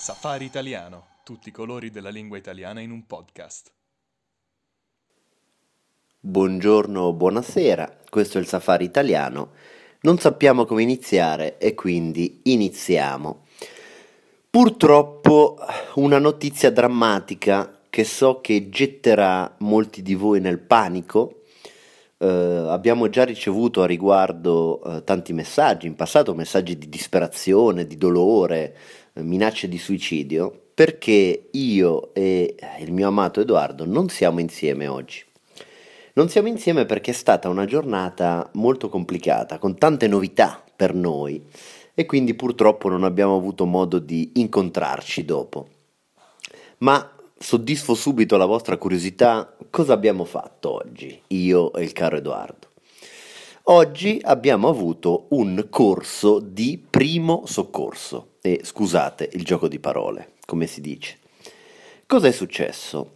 Safari Italiano, tutti i colori della lingua italiana in un podcast. Buongiorno, buonasera, questo è il Safari Italiano. Non sappiamo come iniziare e quindi iniziamo. Purtroppo una notizia drammatica che so che getterà molti di voi nel panico. Abbiamo già ricevuto a riguardo tanti messaggi, in passato messaggi di disperazione, di dolore, minacce di suicidio, perché io e il mio amato Edoardo non siamo insieme oggi. Non siamo insieme perché è stata una giornata molto complicata, con tante novità per noi e quindi purtroppo non abbiamo avuto modo di incontrarci dopo. Ma soddisfo subito la vostra curiosità, cosa abbiamo fatto oggi, io e il caro Edoardo? Oggi abbiamo avuto un corso di primo soccorso e scusate il gioco di parole, come si dice. Cosa è successo?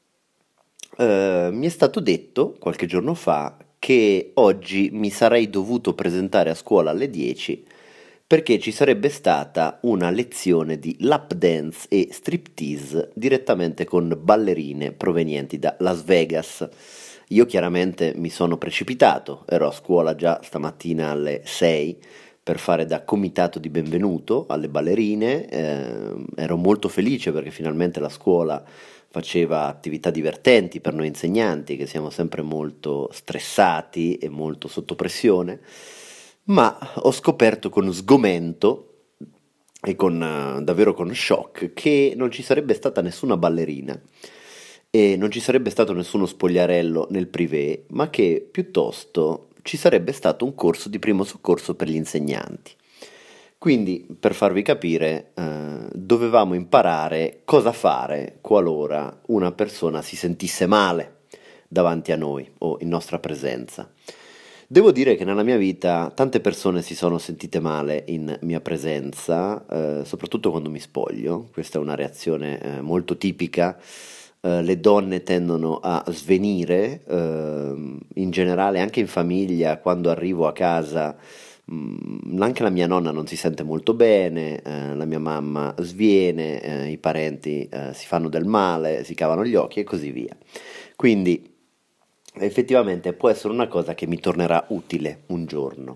Mi è stato detto qualche giorno fa che oggi mi sarei dovuto presentare a scuola alle 10 perché ci sarebbe stata una lezione di lap dance e striptease direttamente con ballerine provenienti da Las Vegas. Io chiaramente mi sono precipitato, ero a scuola già stamattina alle 6 per fare da comitato di benvenuto alle ballerine, ero molto felice perché finalmente la scuola faceva attività divertenti per noi insegnanti che siamo sempre molto stressati e molto sotto pressione, ma ho scoperto con sgomento e davvero con shock che non ci sarebbe stata nessuna ballerina e non ci sarebbe stato nessuno spogliarello nel privé, ma che piuttosto ci sarebbe stato un corso di primo soccorso per gli insegnanti. Quindi, per farvi capire, dovevamo imparare cosa fare qualora una persona si sentisse male davanti a noi o in nostra presenza. Devo dire che nella mia vita tante persone si sono sentite male in mia presenza, soprattutto quando mi spoglio. Questa è una reazione molto tipica. Le donne tendono a svenire, in generale anche in famiglia, quando arrivo a casa. Anche la mia nonna non si sente molto bene, la mia mamma sviene, i parenti si fanno del male, si cavano gli occhi e così via. Quindi effettivamente può essere una cosa che mi tornerà utile un giorno.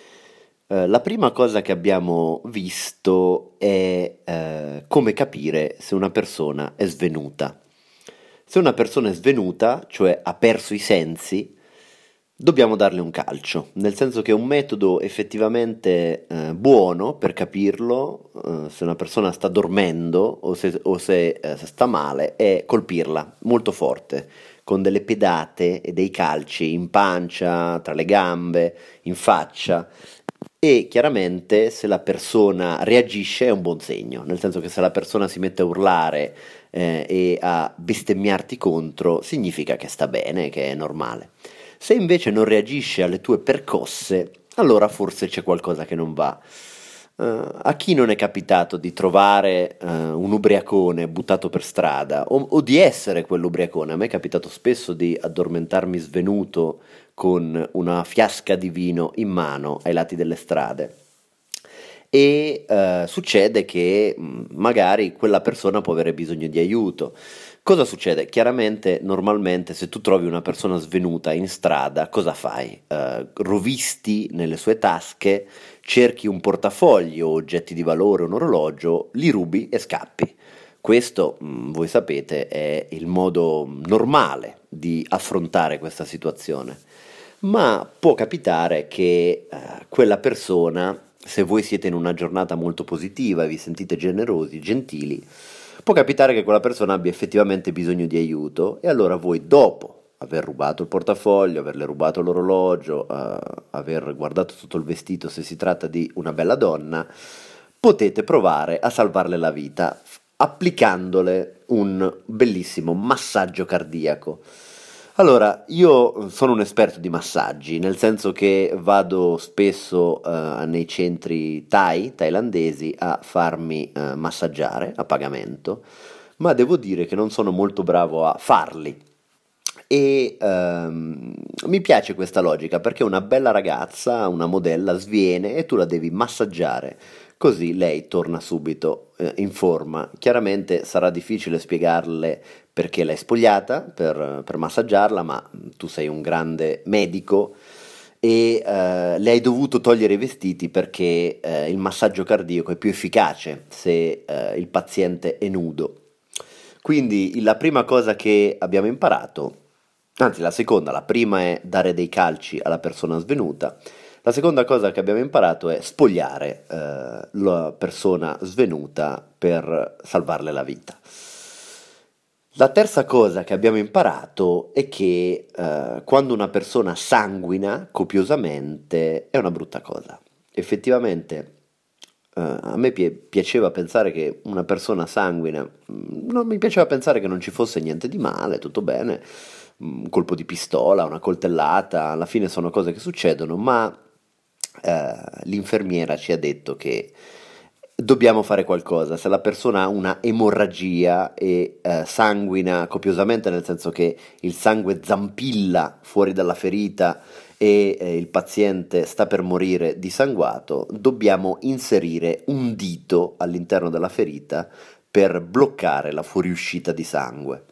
La prima cosa che abbiamo visto è come capire se una persona è svenuta. Se una persona è svenuta, cioè ha perso i sensi, dobbiamo darle un calcio, nel senso che è un metodo effettivamente buono per capirlo, se una persona sta dormendo o se sta male, è colpirla molto forte, con delle pedate e dei calci in pancia, tra le gambe, in faccia. E chiaramente se la persona reagisce è un buon segno, nel senso che se la persona si mette a urlare e a bestemmiarti contro, significa che sta bene, che è normale. Se invece non reagisce alle tue percosse, allora forse c'è qualcosa che non va. A chi non è capitato di trovare un ubriacone buttato per strada o di essere quell'ubriacone? A me è capitato spesso di addormentarmi svenuto con una fiasca di vino in mano ai lati delle strade. E succede che magari quella persona può avere bisogno di aiuto. Cosa succede? Chiaramente, normalmente, se tu trovi una persona svenuta in strada, cosa fai? Rovisti nelle sue tasche, cerchi un portafoglio, oggetti di valore, un orologio, li rubi e scappi. Questo, voi sapete, è il modo normale di affrontare questa situazione. Ma può capitare che quella persona, se voi siete in una giornata molto positiva e vi sentite generosi, gentili, può capitare che quella persona abbia effettivamente bisogno di aiuto e allora voi dopo aver rubato il portafoglio, averle rubato l'orologio, aver guardato sotto il vestito se si tratta di una bella donna, potete provare a salvarle la vita applicandole un bellissimo massaggio cardiaco. Allora, io sono un esperto di massaggi, nel senso che vado spesso nei centri thailandesi a farmi massaggiare a pagamento, ma devo dire che non sono molto bravo a farli. E mi piace questa logica perché una bella ragazza, una modella, sviene e tu la devi massaggiare così lei torna subito in forma. Chiaramente sarà difficile spiegarle perché l'hai spogliata per massaggiarla, ma tu sei un grande medico e le hai dovuto togliere i vestiti perché il massaggio cardiaco è più efficace se il paziente è nudo. Quindi la prima cosa che abbiamo imparato, anzi la seconda, la prima è dare dei calci alla persona svenuta, la seconda cosa che abbiamo imparato è spogliare la persona svenuta per salvarle la vita. La terza cosa che abbiamo imparato è che quando una persona sanguina copiosamente è una brutta cosa. Effettivamente a me piaceva pensare che una persona sanguina, non mi piaceva pensare che non ci fosse niente di male, tutto bene, un colpo di pistola, una coltellata, alla fine sono cose che succedono, ma l'infermiera ci ha detto che dobbiamo fare qualcosa. Se la persona ha una emorragia e sanguina copiosamente, nel senso che il sangue zampilla fuori dalla ferita e il paziente sta per morire dissanguato, dobbiamo inserire un dito all'interno della ferita per bloccare la fuoriuscita di sangue.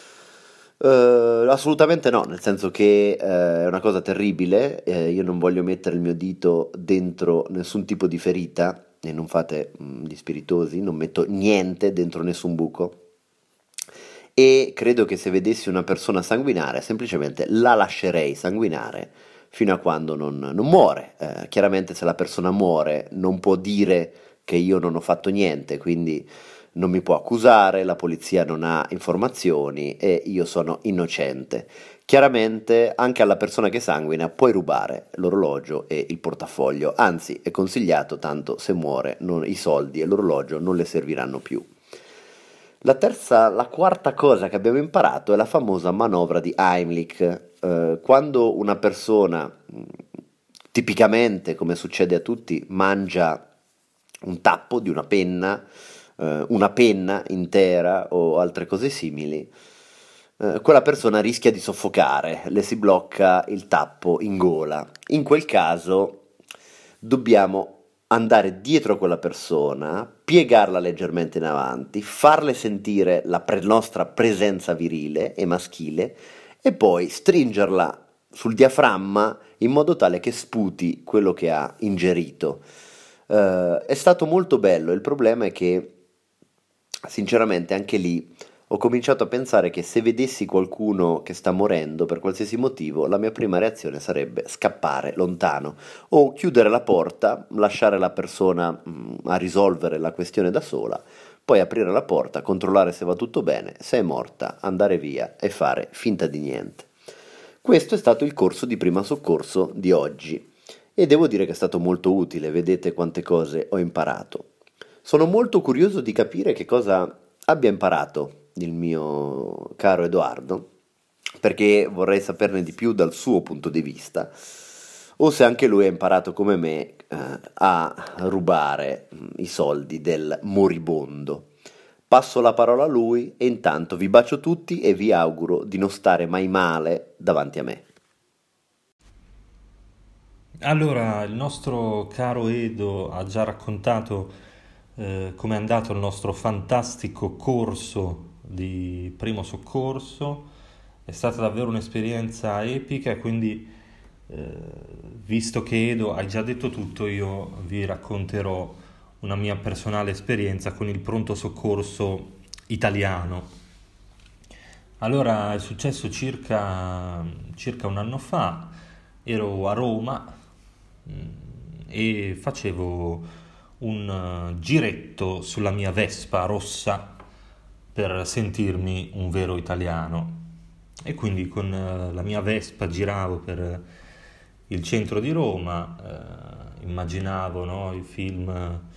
Assolutamente no, nel senso che è una cosa terribile, io non voglio mettere il mio dito dentro nessun tipo di ferita e non fate gli spiritosi, non metto niente dentro nessun buco e credo che se vedessi una persona sanguinare semplicemente la lascerei sanguinare fino a quando non muore. Chiaramente se la persona muore non può dire che io non ho fatto niente, quindi non mi può accusare, la polizia non ha informazioni e io sono innocente. Chiaramente anche alla persona che sanguina puoi rubare l'orologio e il portafoglio, anzi è consigliato, tanto se muore i soldi e l'orologio non le serviranno più. La quarta cosa che abbiamo imparato è la famosa manovra di Heimlich. Quando una persona, tipicamente come succede a tutti, mangia un tappo di una penna intera o altre cose simili, quella persona rischia di soffocare, le si blocca il tappo in gola. In quel caso dobbiamo andare dietro a quella persona, piegarla leggermente in avanti, farle sentire la nostra presenza virile e maschile e poi stringerla sul diaframma in modo tale che sputi quello che ha ingerito. È stato molto bello, il problema è che sinceramente anche lì ho cominciato a pensare che se vedessi qualcuno che sta morendo per qualsiasi motivo, la mia prima reazione sarebbe scappare lontano o chiudere la porta, lasciare la persona a risolvere la questione da sola, poi aprire la porta, controllare se va tutto bene, se è morta, andare via e fare finta di niente. Questo è stato il corso di primo soccorso di oggi e devo dire che è stato molto utile, vedete quante cose ho imparato. Sono molto curioso di capire che cosa abbia imparato il mio caro Edoardo, perché vorrei saperne di più dal suo punto di vista, o se anche lui ha imparato come me a rubare i soldi del moribondo. Passo la parola a lui e intanto vi bacio tutti e vi auguro di non stare mai male davanti a me. Allora, il nostro caro Edo ha già raccontato come è andato il nostro fantastico corso di primo soccorso. È stata davvero un'esperienza epica e quindi, visto che Edo hai già detto tutto, io vi racconterò una mia personale esperienza con il pronto soccorso italiano. Allora, è successo circa un anno fa, ero a Roma e facevo un giretto sulla mia Vespa rossa per sentirmi un vero italiano e quindi con la mia Vespa giravo per il centro di Roma, immaginavo, no, i film,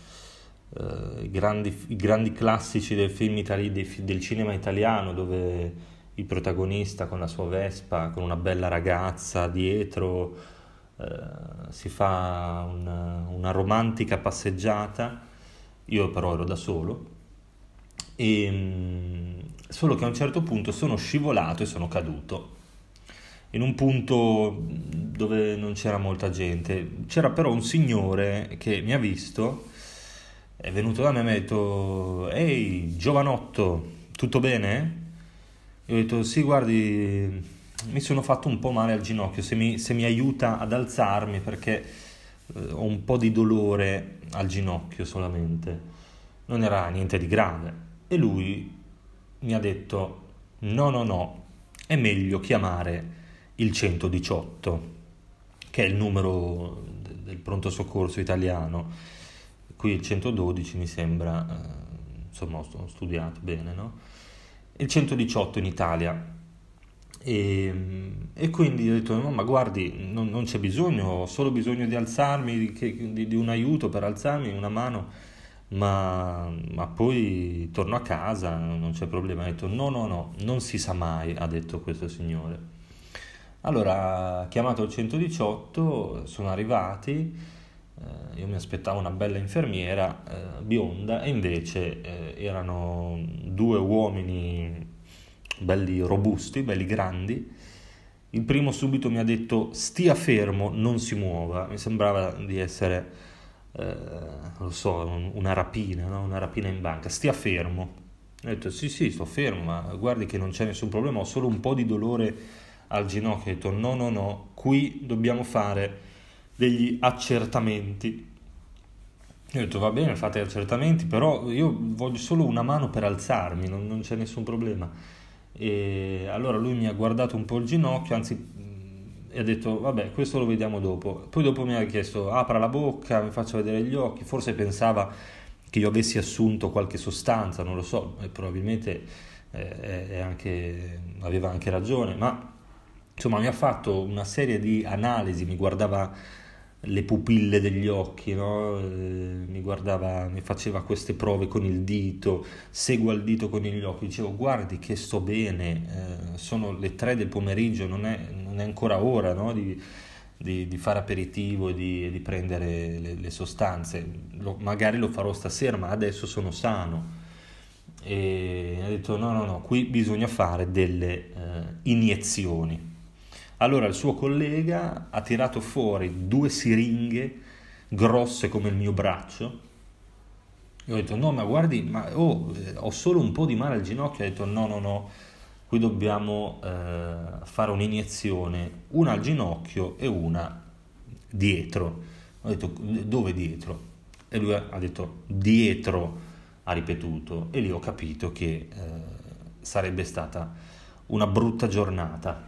i grandi classici del film del cinema italiano dove il protagonista con la sua Vespa, con una bella ragazza dietro, si fa una romantica passeggiata. Io però ero da solo solo che a un certo punto sono scivolato e sono caduto in un punto dove non c'era molta gente. C'era però un signore che mi ha visto È venuto da me e mi ha detto: ehi, giovanotto, tutto bene? Io ho detto: sì, guardi, mi sono fatto un po' male al ginocchio, se mi aiuta ad alzarmi perché ho un po' di dolore al ginocchio solamente. Non era niente di grave. E lui mi ha detto: no, no, no, è meglio chiamare il 118, che è il numero del pronto soccorso italiano. Qui il 112 mi sembra, insomma ho studiato bene, no? Il 118 in Italia. E quindi ho detto: no, ma guardi, non c'è bisogno, ho solo bisogno di alzarmi, di un aiuto per alzarmi, una mano, ma poi torno a casa, non c'è problema. Ha detto: no, no, no, non si sa mai, ha detto questo signore. Allora, chiamato il 118, sono arrivati, io mi aspettavo una bella infermiera bionda, e invece erano due uomini belli robusti, belli grandi. Il primo subito mi ha detto: stia fermo, non si muova. Mi sembrava di essere, non lo so, una rapina, no? Una rapina in banca. Stia fermo. Ho detto: sì, sì, sto fermo, ma guardi che non c'è nessun problema, ho solo un po' di dolore al ginocchio. Ho detto: no, no, no, qui dobbiamo fare degli accertamenti. Io ho detto: va bene, fate accertamenti, però io voglio solo una mano per alzarmi, non c'è nessun problema. E allora lui mi ha guardato un po' il ginocchio, anzi, e ha detto: vabbè, questo lo vediamo dopo. Poi dopo mi ha chiesto: apra la bocca, mi faccia vedere gli occhi. Forse pensava che io avessi assunto qualche sostanza, non lo so, e probabilmente aveva anche ragione, ma insomma mi ha fatto una serie di analisi, mi guardava le pupille degli occhi, no? Mi guardava, mi faceva queste prove con il dito, segua il dito con gli occhi, dicevo: guardi che sto bene, sono le 3 del pomeriggio, non è ancora ora, no? Di fare aperitivo e di prendere le sostanze. Magari lo farò stasera, ma adesso sono sano. E ha detto: no, no, no, qui bisogna fare delle iniezioni. Allora il suo collega ha tirato fuori 2 siringhe grosse come il mio braccio. Io ho detto: no, ma guardi, ho solo un po' di male al ginocchio. Ha detto: no, no, no, qui dobbiamo fare un'iniezione, una al ginocchio e una dietro. Ho detto: dove dietro? E lui ha detto: dietro, ha ripetuto, e lì ho capito che sarebbe stata una brutta giornata.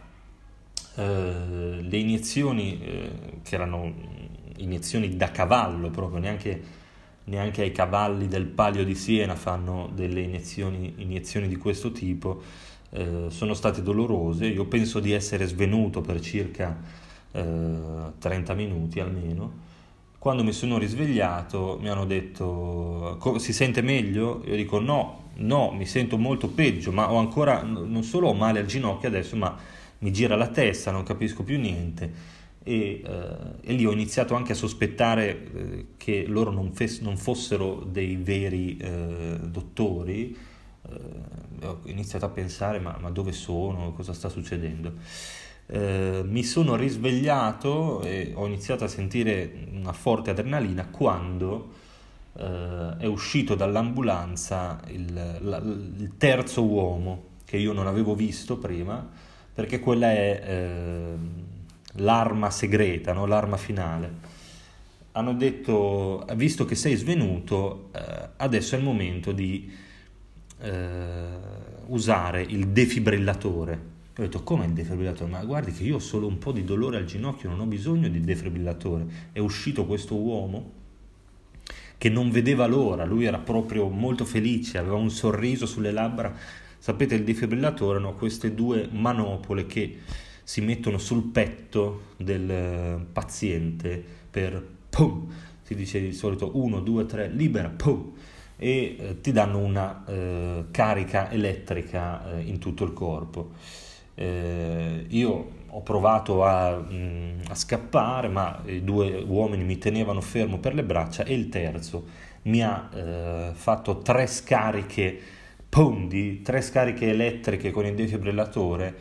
Le iniezioni, che erano iniezioni da cavallo proprio, neanche ai cavalli del Palio di Siena fanno delle iniezioni di questo tipo, sono state dolorose. Io penso di essere svenuto per circa 30 minuti almeno. Quando mi sono risvegliato mi hanno detto: si sente meglio? Io dico: no, no, mi sento molto peggio, ma ho ancora, non solo ho male al ginocchio adesso, ma mi gira la testa, non capisco più niente. E lì ho iniziato anche a sospettare che loro non fossero dei veri dottori. Ho iniziato a pensare: ma dove sono? Cosa sta succedendo? Mi sono risvegliato e ho iniziato a sentire una forte adrenalina quando è uscito dall'ambulanza il terzo uomo, che io non avevo visto prima, perché quella è l'arma segreta, no? L'arma finale. Hanno detto: visto che sei svenuto, adesso è il momento di usare il defibrillatore. Ho detto: come il defibrillatore? Ma guardi che io ho solo un po' di dolore al ginocchio, non ho bisogno di defibrillatore. È uscito questo uomo che non vedeva l'ora, lui era proprio molto felice, aveva un sorriso sulle labbra. Sapete, il defibrillatore, no? Queste 2 manopole che si mettono sul petto del paziente per pum, si dice di solito 1, 2, 3, libera, pum, e ti danno una carica elettrica in tutto il corpo. Io ho provato a scappare, ma i 2 uomini mi tenevano fermo per le braccia, e il terzo mi ha fatto 3 scariche, pum, di 3 scariche elettriche con il defibrillatore,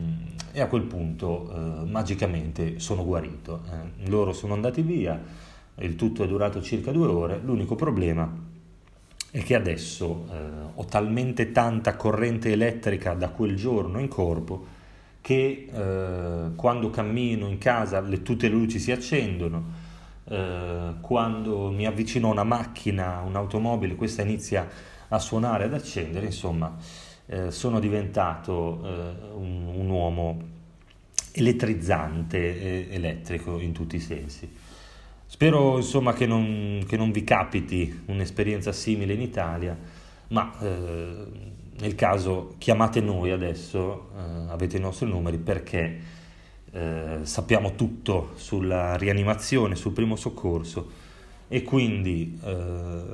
e a quel punto magicamente sono guarito. Loro sono andati via, il tutto è durato circa 2 ore. L'unico problema è che adesso ho talmente tanta corrente elettrica da quel giorno in corpo che quando cammino in casa tutte le luci si accendono, quando mi avvicino a una macchina, un'automobile, questa inizia a suonare, ad accendere, insomma, sono diventato un uomo elettrizzante e elettrico in tutti i sensi. Spero insomma che non vi capiti un'esperienza simile in Italia, ma nel caso chiamate noi adesso, avete i nostri numeri perché sappiamo tutto sulla rianimazione, sul primo soccorso e quindi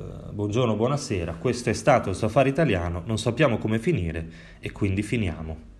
buongiorno, buonasera, questo è stato il Safari Italiano, non sappiamo come finire e quindi finiamo.